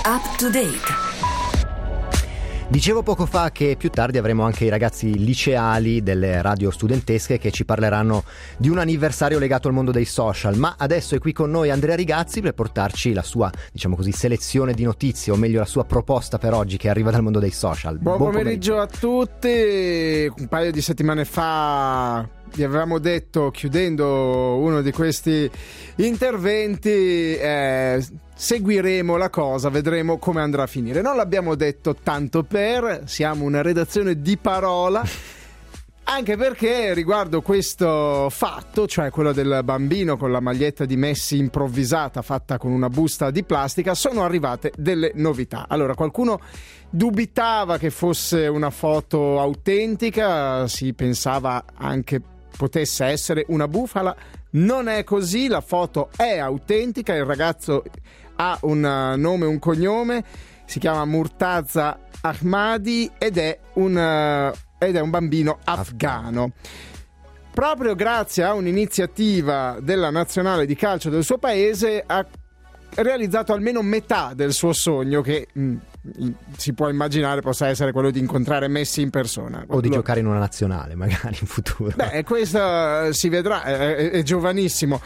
Up to date. Dicevo poco fa che più tardi avremo anche i ragazzi liceali delle radio studentesche che ci parleranno di un anniversario legato al mondo dei social, ma adesso è qui con noi Andrea Rigazzi per portarci la sua, diciamo così, selezione di notizie, o meglio la sua proposta per oggi che arriva dal mondo dei social. Buon pomeriggio a tutti. Un paio di settimane fa vi avevamo detto, chiudendo uno di questi interventi, seguiremo la cosa, vedremo come andrà a finire. Non l'abbiamo detto tanto per, siamo una redazione di parola, anche perché riguardo questo fatto, cioè quello del bambino con la maglietta di Messi improvvisata fatta con una busta di plastica, sono arrivate delle novità. Allora, qualcuno dubitava che fosse una foto autentica, si pensava anche potesse essere una bufala. Non è così, la foto è autentica, il ragazzo ha un nome e un cognome, si chiama Murtaza Ahmadi ed è un bambino afghano. Proprio grazie a un'iniziativa della nazionale di calcio del suo paese ha realizzato almeno metà del suo sogno, che si può immaginare possa essere quello di incontrare Messi in persona o di giocare in una nazionale magari in futuro. Beh, questo si vedrà, è giovanissimo.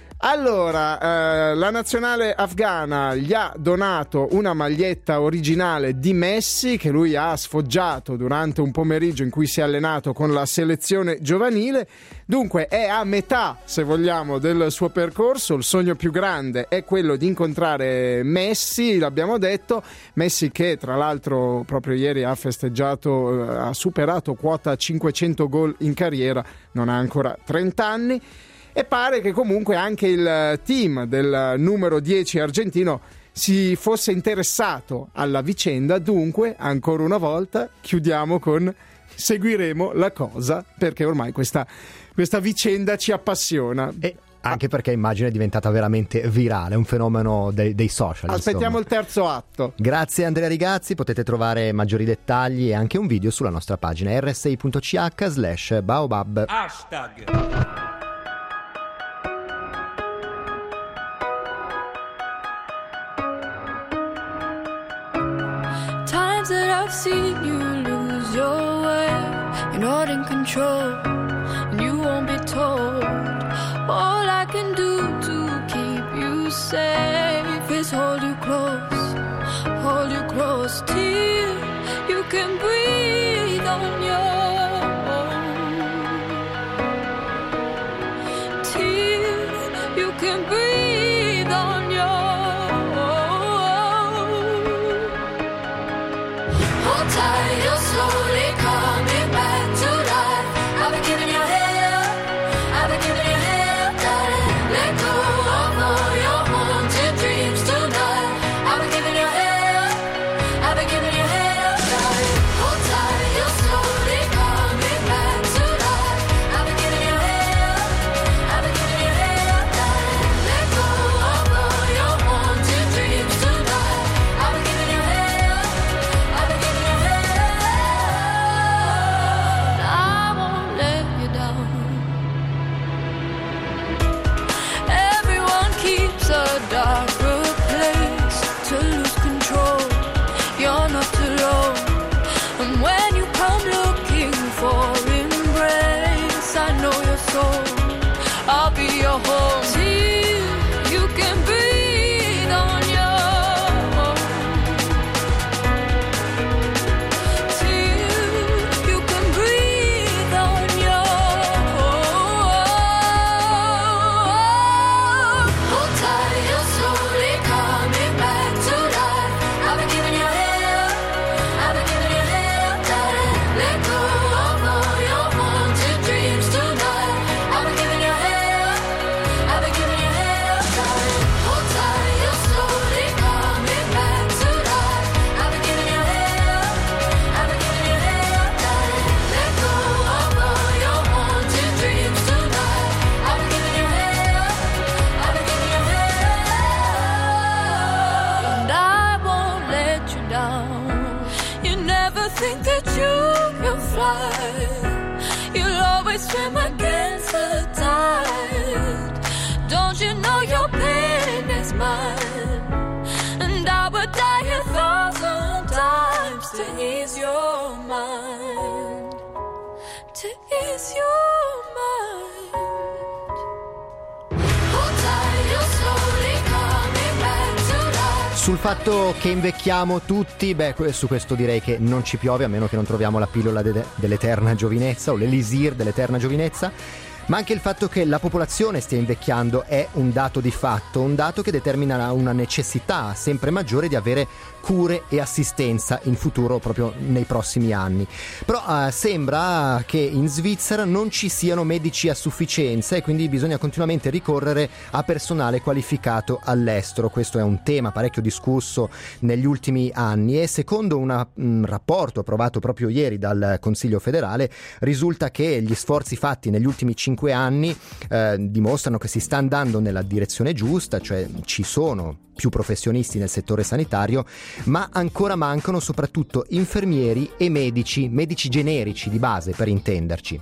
Allora, la nazionale afghana gli ha donato una maglietta originale di Messi che lui ha sfoggiato durante un pomeriggio in cui si è allenato con la selezione giovanile. Dunque è a metà, se vogliamo, del suo percorso. Il sogno più grande è quello di incontrare Messi, l'abbiamo detto. Messi che tra l'altro proprio ieri ha festeggiato, ha superato quota 500 gol in carriera, non ha ancora 30 anni. E pare che comunque anche il team del numero 10 argentino si fosse interessato alla vicenda. Dunque, ancora una volta, chiudiamo con seguiremo la cosa, perché ormai questa vicenda ci appassiona. E anche perché immagino è diventata veramente virale, un fenomeno dei social. Aspettiamo il terzo atto. Grazie Andrea Rigazzi, potete trovare maggiori dettagli e anche un video sulla nostra pagina rsi.ch/baobab. Hashtag. That I've seen you lose your way, you're not in control, and you won't be told. All I can do to keep you safe is hold you close till you can breathe on your own, till you can breathe on your own. You're slowly coming back to life. I've been giving you hell, darling. Let go of all your haunted dreams tonight. I've been giving you hell, darling. Hold tight, you're slowly coming back to life. I've been giving you hell, darling. Let go of all your haunted dreams tonight. I've been giving you hell. Darker place to lose control. You're not alone. And when you come looking for embrace, I know your soul. I'll be your home till you can breathe on your own. Till you can breathe on your own. Hold tight. Slowly coming back to life. I've been giving you hell, darling. Let go of all your haunted dreams tonight. I've been giving you hell, darling. Hold tight, you're slowly coming back to life. I've been giving you hell, darling. Let go of all your haunted dreams tonight. I've been giving you hell, and I won't let you down. You never think that you can fly. You'll always swim against the tide. Don't you know your pain is mine? And I would die to ease your mind, to ease your mind. Hold tight, you're slowly coming back to life. Sul fatto che invecchiamo tutti, su questo direi che non ci piove, a meno che non troviamo la pillola dell'eterna giovinezza o l'elisir dell'eterna giovinezza. Ma anche il fatto che la popolazione stia invecchiando è un dato di fatto, un dato che determina una necessità sempre maggiore di avere cure e assistenza in futuro, proprio nei prossimi anni. Però sembra che in Svizzera non ci siano medici a sufficienza e quindi bisogna continuamente ricorrere a personale qualificato all'estero. Questo è un tema parecchio discusso negli ultimi anni e secondo un rapporto approvato proprio ieri dal Consiglio federale risulta che gli sforzi fatti negli ultimi 5 anni dimostrano che si sta andando nella direzione giusta, cioè ci sono più professionisti nel settore sanitario, ma ancora mancano soprattutto infermieri e medici generici di base, per intenderci.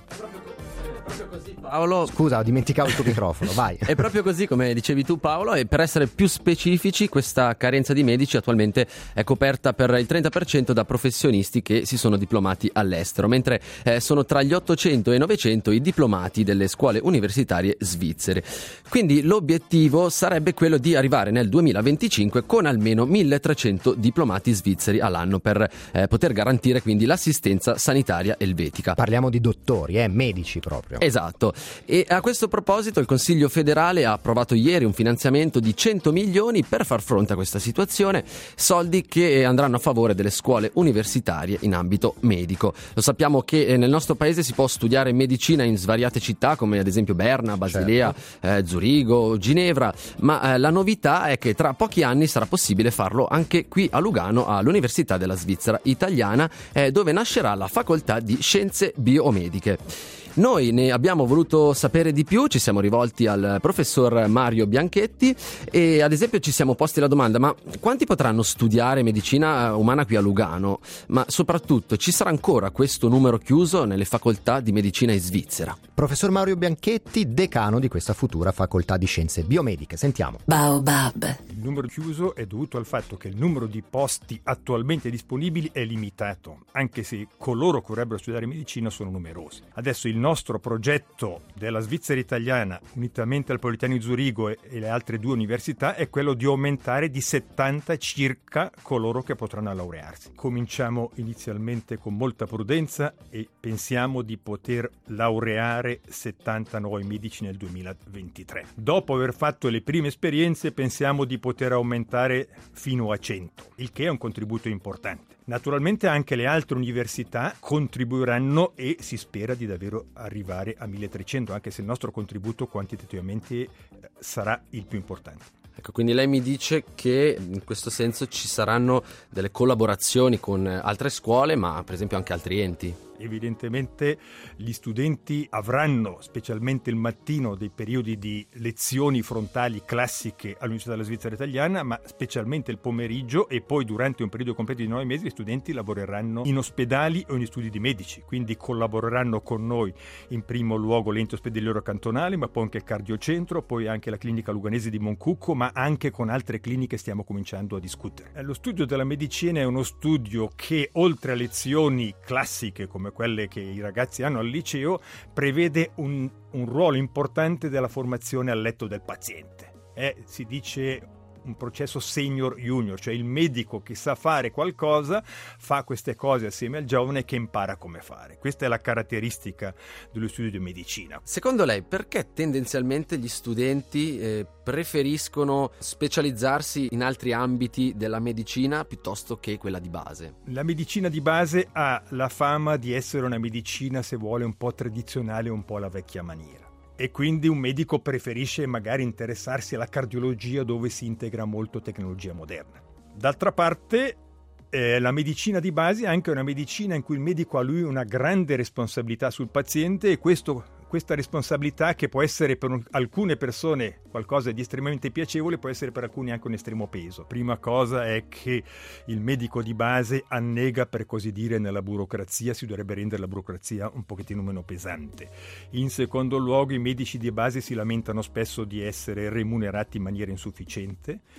Paolo, scusa, dimenticavo il tuo microfono, vai. È proprio così come dicevi tu, Paolo, e per essere più specifici questa carenza di medici attualmente è coperta per il 30% da professionisti che si sono diplomati all'estero, mentre sono tra gli 800 e i 900 i diplomati delle scuole universitarie svizzere. Quindi l'obiettivo sarebbe quello di arrivare nel 2025 con almeno 1300 diplomati svizzeri all'anno per poter garantire quindi l'assistenza sanitaria elvetica. Parliamo di dottori, medici proprio. Esatto. E a questo proposito il Consiglio federale ha approvato ieri un finanziamento di 100 milioni per far fronte a questa situazione, soldi che andranno a favore delle scuole universitarie in ambito medico. Lo sappiamo che nel nostro paese si può studiare medicina in svariate città come ad esempio Berna, Basilea, Zurigo, Ginevra, ma la novità è che tra pochi anni sarà possibile farlo anche qui a Lugano all'Università della Svizzera Italiana, dove nascerà la facoltà di Scienze Biomediche. Noi ne abbiamo voluto sapere di più, ci siamo rivolti al professor Mario Bianchetti e ad esempio ci siamo posti la domanda: ma quanti potranno studiare medicina umana qui a Lugano? Ma soprattutto ci sarà ancora questo numero chiuso nelle facoltà di medicina in Svizzera? Professor Mario Bianchetti, decano di questa futura facoltà di scienze biomediche. Sentiamo. Baobab. Il numero chiuso è dovuto al fatto che il numero di posti attualmente disponibili è limitato, anche se coloro che vorrebbero studiare medicina sono numerosi. Adesso il nostro progetto della Svizzera Italiana, unitamente al Politecnico di Zurigo e le altre 2 università, è quello di aumentare di 70 circa coloro che potranno laurearsi. Cominciamo inizialmente con molta prudenza e pensiamo di poter laureare 70 nuovi medici nel 2023. Dopo aver fatto le prime esperienze pensiamo di poter aumentare fino a 100, il che è un contributo importante. Naturalmente anche le altre università contribuiranno e si spera di davvero arrivare a 1300, anche se il nostro contributo quantitativamente sarà il più importante. Ecco, quindi lei mi dice che in questo senso ci saranno delle collaborazioni con altre scuole, ma per esempio anche altri enti. Evidentemente gli studenti avranno, specialmente il mattino, dei periodi di lezioni frontali classiche all'Università della Svizzera Italiana, ma specialmente il pomeriggio, e poi durante un periodo completo di 9 mesi gli studenti lavoreranno in ospedali o in studi di medici, quindi collaboreranno con noi in primo luogo l'ente ospedaliero cantonale, ma poi anche il cardiocentro, poi anche la clinica luganese di Moncucco, ma anche con altre cliniche stiamo cominciando a discutere. Lo studio della medicina è uno studio che, oltre a lezioni classiche come quelle che i ragazzi hanno al liceo, prevede un ruolo importante della formazione al letto del paziente. Si dice un processo senior-junior, cioè il medico che sa fare qualcosa fa queste cose assieme al giovane che impara come fare. Questa è la caratteristica dello studio di medicina. Secondo lei, perché tendenzialmente gli studenti preferiscono specializzarsi in altri ambiti della medicina piuttosto che quella di base? La medicina di base ha la fama di essere una medicina, se vuole, un po' tradizionale, un po' alla vecchia maniera. E quindi un medico preferisce magari interessarsi alla cardiologia, dove si integra molto tecnologia moderna. D'altra parte, la medicina di base è anche una medicina in cui il medico ha lui una grande responsabilità sul paziente, e questa responsabilità, che può essere per alcune persone qualcosa di estremamente piacevole, può essere per alcuni anche un estremo peso. Prima cosa è che il medico di base annega, per così dire, nella burocrazia, si dovrebbe rendere la burocrazia un pochettino meno pesante. In secondo luogo, i medici di base si lamentano spesso di essere remunerati in maniera insufficiente.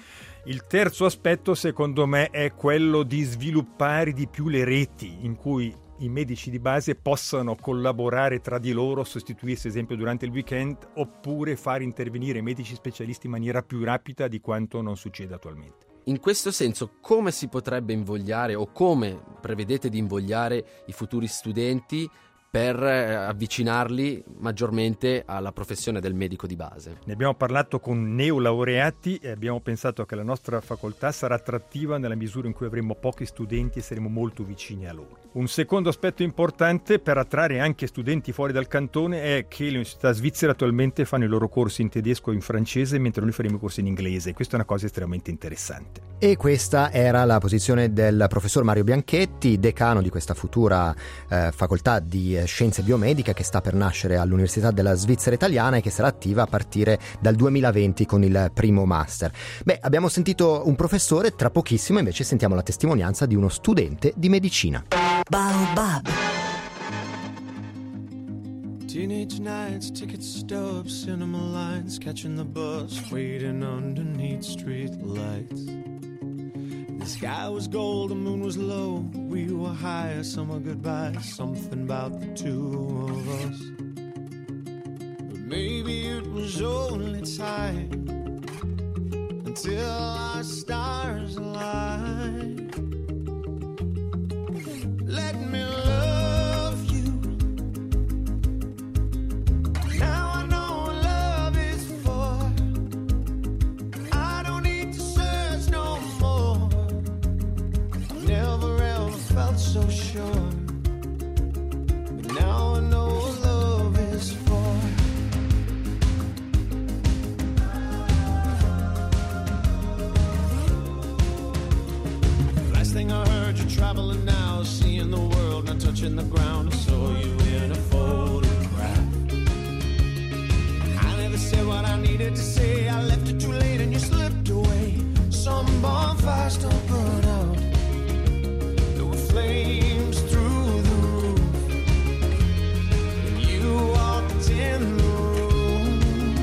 Il terzo aspetto, secondo me, è quello di sviluppare di più le reti in cui i medici di base possano collaborare tra di loro, sostituirsi ad esempio durante il weekend, oppure far intervenire i medici specialisti in maniera più rapida di quanto non succede attualmente. In questo senso, come si potrebbe invogliare o come prevedete di invogliare i futuri studenti per avvicinarli maggiormente alla professione del medico di base? Ne abbiamo parlato con neolaureati e abbiamo pensato che la nostra facoltà sarà attrattiva nella misura in cui avremo pochi studenti e saremo molto vicini a loro. Un secondo aspetto importante per attrarre anche studenti fuori dal cantone è che le università svizzere attualmente fanno i loro corsi in tedesco e in francese, mentre noi faremo i corsi in inglese. Questa è una cosa estremamente interessante. E questa era la posizione del professor Mario Bianchetti, decano di questa futura facoltà di Scienze Biomediche che sta per nascere all'Università della Svizzera Italiana e che sarà attiva a partire dal 2020 con il primo master. Beh, abbiamo sentito un professore, tra pochissimo invece sentiamo la testimonianza di uno studente di medicina. Baobab. Teenage nights, ticket stubs, cinema lines, catching the bus, waiting underneath street lights. The sky was gold, the moon was low, we were high, summer goodbye, something about the two of us. But maybe it was only time until our stars aligned. Let me love you. Now I know what love is for. I don't need to search no more. Never ever felt so sure. But now I know what love is for. Last thing I heard, you're traveling now, seeing the world, not touching the ground. I saw you in a photograph. I never said what I needed to say. I left it too late and you slipped away. Some bonfires don't burn out. There were flames through the roof when you walked in the room.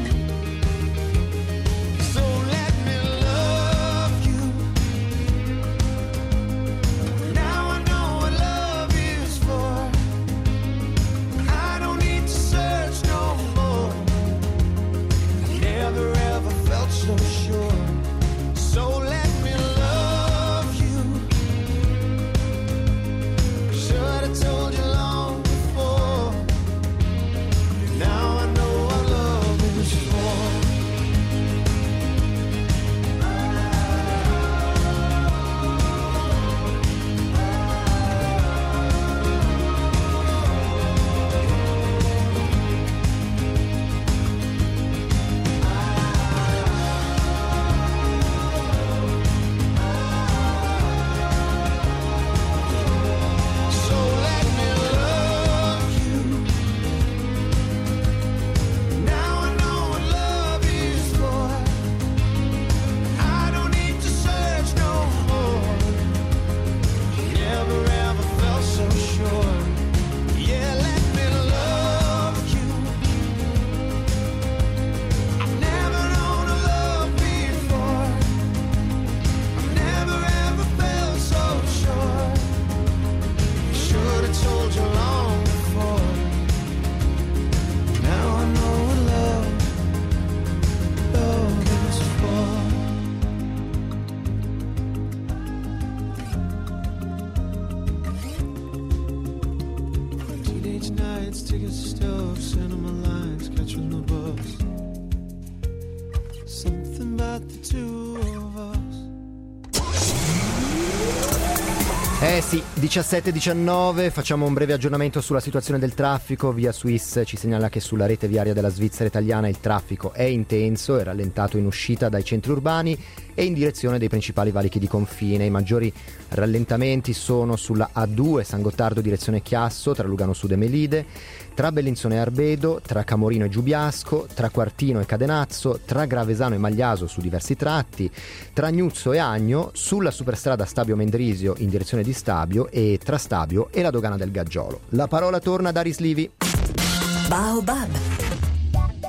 So let me love you. Now I know what love is for. I don't need to search no more. Never ever felt so sure. So let me love you. Should have told you long before. Now I know what love is for. So let me love you. Now I know what love is for. I don't need to search no more. Never ever felt so sure. Yeah, let me love you. I've never known a love before. I've never ever felt so sure. Should have told you long before. Now I know what love is for. Teenage nights, ticket stubs, cinema lines, catching the bus. Something about the two of us. Eh sì, 17-19, facciamo un breve aggiornamento sulla situazione del traffico. Via Swiss ci segnala che sulla rete viaria della Svizzera Italiana il traffico è intenso e rallentato in uscita dai centri urbani e in direzione dei principali valichi di confine. I maggiori rallentamenti sono sulla A2 San Gottardo direzione Chiasso, tra Lugano Sud e Melide, tra Bellinzone e Arbedo, tra Camorino e Giubiasco, tra Quartino e Cadenazzo, tra Gravesano e Magliaso su diversi tratti, tra Agnuzzo e Agno, sulla superstrada Stabio Mendrisio in direzione di Stabio e tra Stabio e la dogana del Gaggiolo. La parola torna ad Aris Livi. Baobab.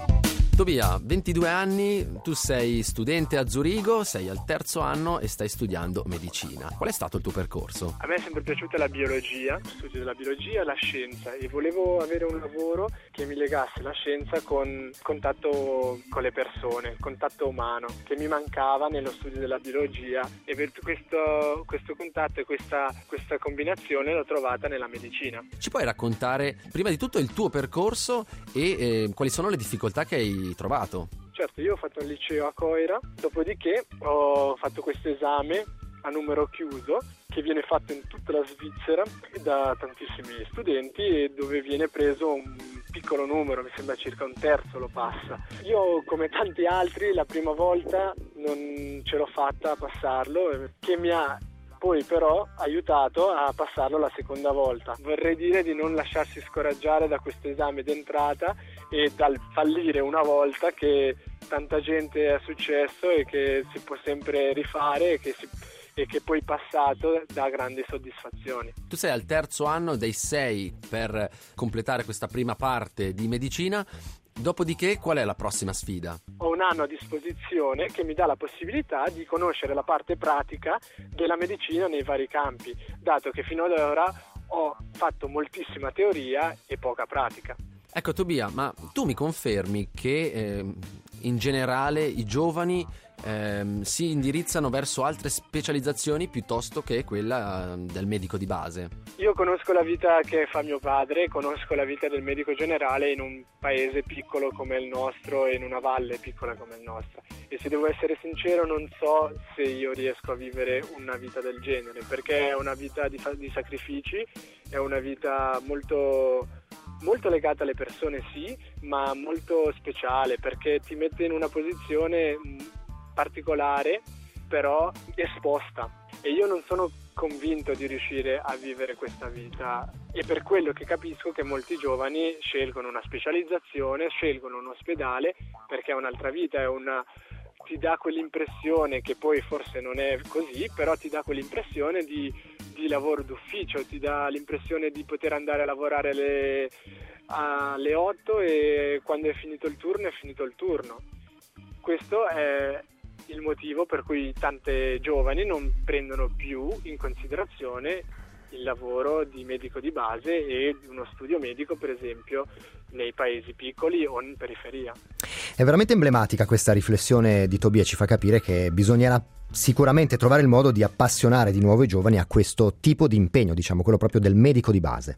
Tobia, 22 anni, tu sei studente a Zurigo, sei al terzo anno e stai studiando medicina. Qual è stato il tuo percorso? A me è sempre piaciuta la biologia, studio della biologia, la scienza, e volevo avere un lavoro che mi legasse la scienza con contatto con le persone, contatto umano, che mi mancava nello studio della biologia, e per questo contatto e questa combinazione l'ho trovata nella medicina. Ci puoi raccontare prima di tutto il tuo percorso e quali sono le difficoltà che hai trovato? Certo, io ho fatto un liceo a Coira, dopodiché ho fatto questo esame a numero chiuso che viene fatto in tutta la Svizzera da tantissimi studenti e dove viene preso un piccolo numero, mi sembra circa un terzo lo passa. Io, come tanti altri, la prima volta non ce l'ho fatta a passarlo, che mi ha poi però aiutato a passarlo la seconda volta. Vorrei dire di non lasciarsi scoraggiare da questo esame d'entrata e dal fallire una volta, che tanta gente è successo e che si può sempre rifare e che poi passato dà grandi soddisfazioni. Tu sei al terzo anno dei 6 per completare questa prima parte di medicina. Dopodiché, qual è la prossima sfida? Ho un anno a disposizione che mi dà la possibilità di conoscere la parte pratica della medicina nei vari campi, dato che fino ad ora ho fatto moltissima teoria e poca pratica. Ecco Tobia, ma tu mi confermi che in generale i giovani si indirizzano verso altre specializzazioni piuttosto che quella del medico di base? Io conosco la vita che fa mio padre, conosco la vita del medico generale in un paese piccolo come il nostro e in una valle piccola come il nostro, e se devo essere sincero non so se io riesco a vivere una vita del genere, perché è una vita di sacrifici, è una vita molto legata alle persone, sì, ma molto speciale, perché ti mette in una posizione particolare, però esposta, e io non sono convinto di riuscire a vivere questa vita, e per quello che capisco che molti giovani scelgono una specializzazione, scelgono un ospedale, perché è un'altra vita, ti dà quell'impressione, che poi forse non è così, però ti dà quell'impressione di lavoro d'ufficio, ti dà l'impressione di poter andare a lavorare alle 8 e quando è finito il turno è finito il turno. Questo è il motivo per cui tante giovani non prendono più in considerazione il lavoro di medico di base e uno studio medico, per esempio, nei paesi piccoli o in periferia. È veramente emblematica questa riflessione di Tobia, ci fa capire che bisognerà sicuramente trovare il modo di appassionare di nuovo i giovani a questo tipo di impegno, diciamo quello proprio del medico di base.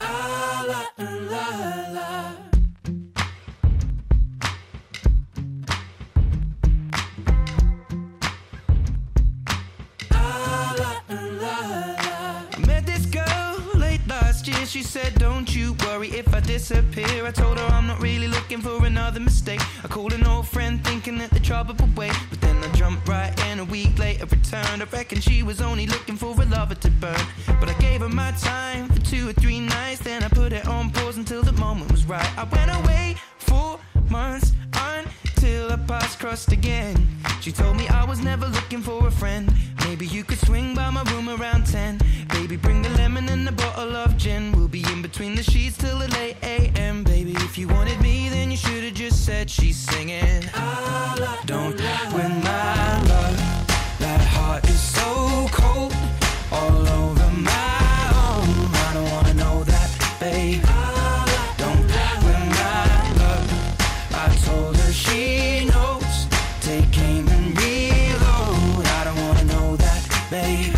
She said, don't you worry if I disappear. I told her I'm not really looking for another mistake. I called an old friend thinking that the trouble would wait, but then I jumped right in. A week later returned. I reckon she was only looking for a lover to burn, but I gave her my time for 2 or 3 nights. Then I put it on pause until the moment was right. I went away 4 months until our paths crossed again. She told me I was never looking for a friend. Maybe you could swing by my room around 10. Baby, bring the lemon and a bottle of gin. We'll be in between the sheets till the late a.m. Baby, if you wanted me, then you should have just said she's singing. Don't win my love. That heart is so cold, all over my own. I don't wanna know that, babe. Don't win my love. I told her she knows. Take aim and reload. I don't wanna know that, babe.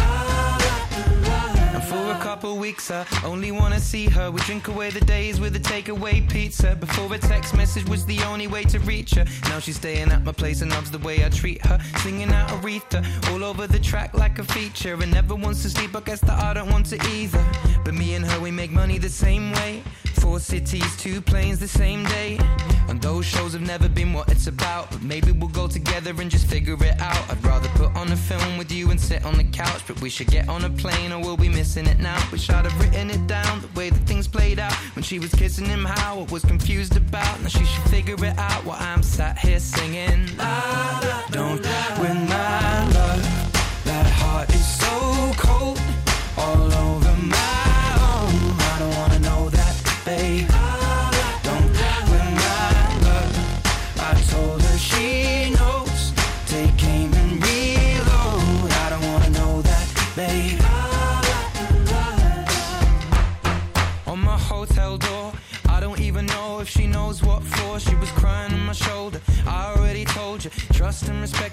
And for a couple weeks I only wanna see her. We drink away the days with a takeaway pizza. Before a text message was the only way to reach her. Now she's staying at my place and loves the way I treat her. Singing out Aretha all over the track like a feature. And never wants to sleep, I guess that I don't want to either. But me and her, we make money the same way. 4 cities, 2 planes the same day. And those shows have never been what it's about, but maybe we'll go together and just figure it out. I'd rather put on a film with you and sit on the couch, but we should get on a plane or we'll be missing it now. Wish I'd have written it down, the way that things played out. When she was kissing him, how I was confused about. Now she should figure it out while I'm sat here singing. Don't win my love. That heart is so cold, all over my own. I don't wanna know that, babe. Don't win my love. I told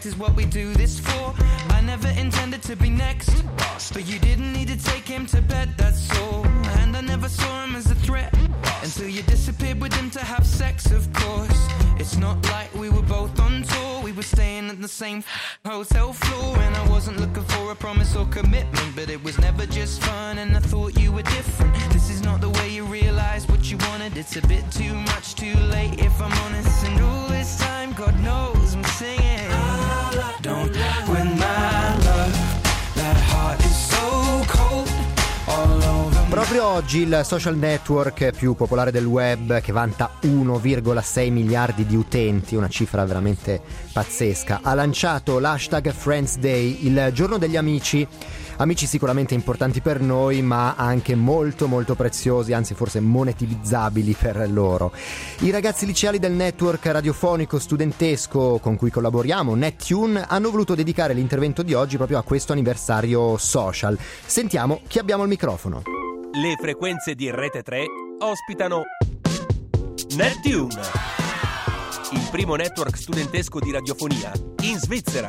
respect is what we do this for. I never intended to be next, but you didn't need to take him to bed, that's all. And I never saw him as a threat until you disappeared with him to have sex, of course. It's not like we were both on tour. We were staying at the same hotel floor. And I wasn't looking for a promise or commitment, but it was never just fun, and I thought you were different. This is not the way you realize what you wanted. It's a bit too much, too late, if I'm honest. And all this time, God knows I'm singing. Don't win my love. That heart is so cold. All over. Proprio oggi il social network più popolare del web, che vanta 1,6 miliardi di utenti, una cifra veramente pazzesca, ha lanciato l'hashtag Friends Day, il giorno degli amici sicuramente importanti per noi, ma anche molto molto preziosi, anzi forse monetizzabili per loro. I ragazzi liceali del network radiofonico studentesco con cui collaboriamo, NetTune, hanno voluto dedicare l'intervento di oggi proprio a questo anniversario social. Sentiamo chi abbiamo al microfono. Le frequenze di Rete 3 ospitano NetTune, il primo network studentesco di radiofonia in Svizzera.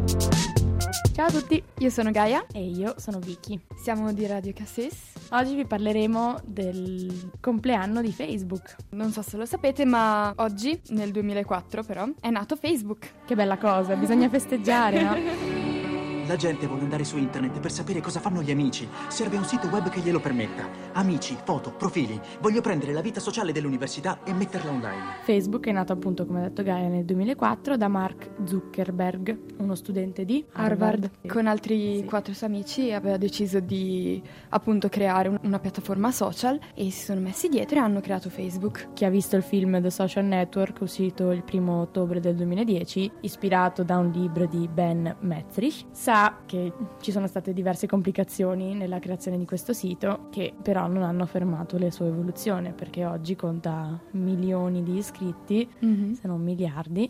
Ciao a tutti, io sono Gaia e io sono Vicky. Siamo di Radio Cassis. Oggi vi parleremo del compleanno di Facebook. Non so se lo sapete, ma oggi, nel 2004 però, è nato Facebook. Che bella cosa, bisogna festeggiare, no? La gente vuole andare su internet per sapere cosa fanno gli amici. Serve un sito web che glielo permetta. Amici, foto, profili. Voglio prendere la vita sociale dell'università e metterla online. Facebook è nato appunto, come ha detto Gaia, nel 2004 da Mark Zuckerberg, uno studente di Harvard. Con altri 4 suoi amici aveva deciso di appunto creare una piattaforma social e si sono messi dietro e hanno creato Facebook. Chi ha visto il film The Social Network, uscito il 1 ottobre del 2010, ispirato da un libro di Ben Metzrich, sa che ci sono state diverse complicazioni nella creazione di questo sito, che però non hanno fermato la sua evoluzione, perché oggi conta milioni di iscritti, se non miliardi.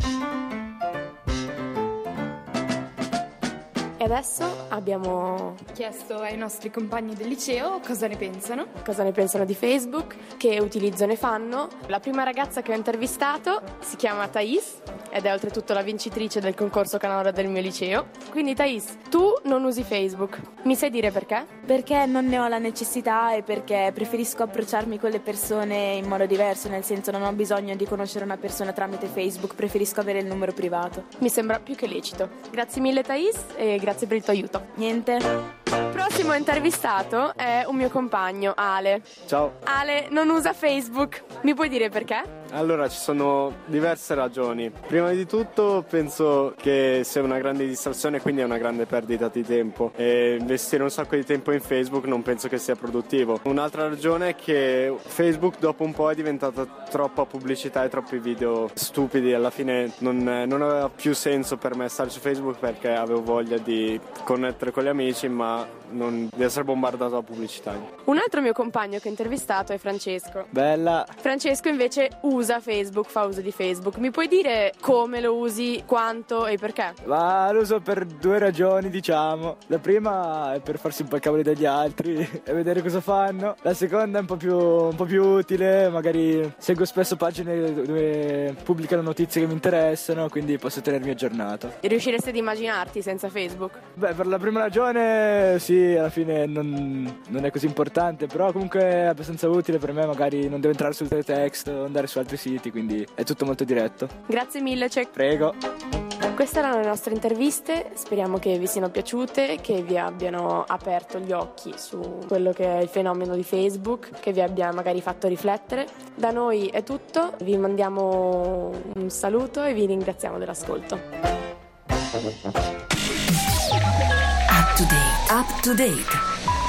E adesso abbiamo chiesto ai nostri compagni del liceo cosa ne pensano. Cosa ne pensano di Facebook, che utilizzo ne fanno. La prima ragazza che ho intervistato si chiama Thais ed è oltretutto la vincitrice del concorso canora del mio liceo. Quindi Thais, tu non usi Facebook, mi sai dire perché? Perché non ne ho la necessità e perché preferisco approcciarmi con le persone in modo diverso, nel senso non ho bisogno di conoscere una persona tramite Facebook, preferisco avere il numero privato. Mi sembra più che lecito. Grazie mille Thais e grazie per il tuo aiuto. Niente. Prossimo intervistato è un mio compagno, Ale. Ciao. Ale non usa Facebook, mi puoi dire perché? Allora, ci sono diverse ragioni. Prima di tutto penso che sia una grande distrazione, quindi è una grande perdita di tempo, e investire un sacco di tempo in Facebook non penso che sia produttivo. Un'altra ragione è che Facebook dopo un po' è diventata troppa pubblicità e troppi video stupidi. Alla fine non aveva più senso per me stare su Facebook, perché avevo voglia di connettere con gli amici, ma non di essere bombardato da pubblicità. Un altro mio compagno che ho intervistato è Francesco. Bella. Francesco invece usa Facebook, fa uso di Facebook. Mi puoi dire come lo usi, quanto e perché? Ma lo uso per 2 ragioni, diciamo. La prima è per farsi un po' i cavoli degli altri e vedere cosa fanno. La seconda è un po' più utile, magari seguo spesso pagine dove pubblicano notizie che mi interessano, quindi posso tenermi aggiornato. Riusciresti ad immaginarti senza Facebook? Beh, per la prima ragione sì, alla fine non è così importante, però comunque è abbastanza utile per me. Magari non devo entrare sul teletext o andare su altri siti, quindi è tutto molto diretto. Grazie mille, Cec. Prego. Queste erano le nostre interviste, speriamo che vi siano piaciute, che vi abbiano aperto gli occhi su quello che è il fenomeno di Facebook, che vi abbia magari fatto riflettere. Da noi è tutto, vi mandiamo un saluto e vi ringraziamo dell'ascolto. Up to date.